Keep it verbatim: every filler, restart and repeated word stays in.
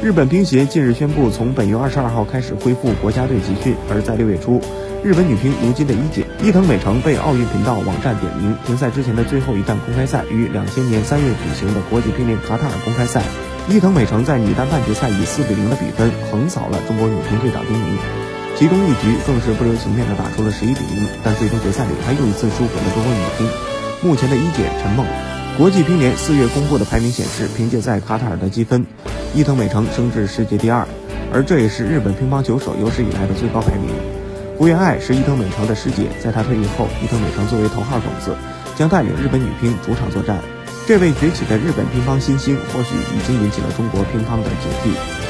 日本乒协近日宣布，从本月二十二号开始恢复国家队集训。而在六月初，日本女乒如今的一姐伊藤美诚被奥运频道网站点名，停赛之前的最后一站公开赛于两千年三月举行的国际乒联卡塔尔公开赛。伊藤美诚在女单半决赛以四比零的比分横扫了中国女乒队长丁宁，其中一局更是不留情面的打出了十一比零，但最终决赛里她又一次输给了中国女乒。目前的一姐陈梦，国际乒联四月公布的排名显示，凭借在卡塔尔的积分，伊藤美诚升至世界第二，而这也是日本乒乓球手有史以来的最高排名。福原爱是伊藤美诚的师姐，在她退役后，伊藤美诚作为头号种子，将带领日本女乒主场作战。这位崛起的日本乒乓新星，或许已经引起了中国乒乓的警惕。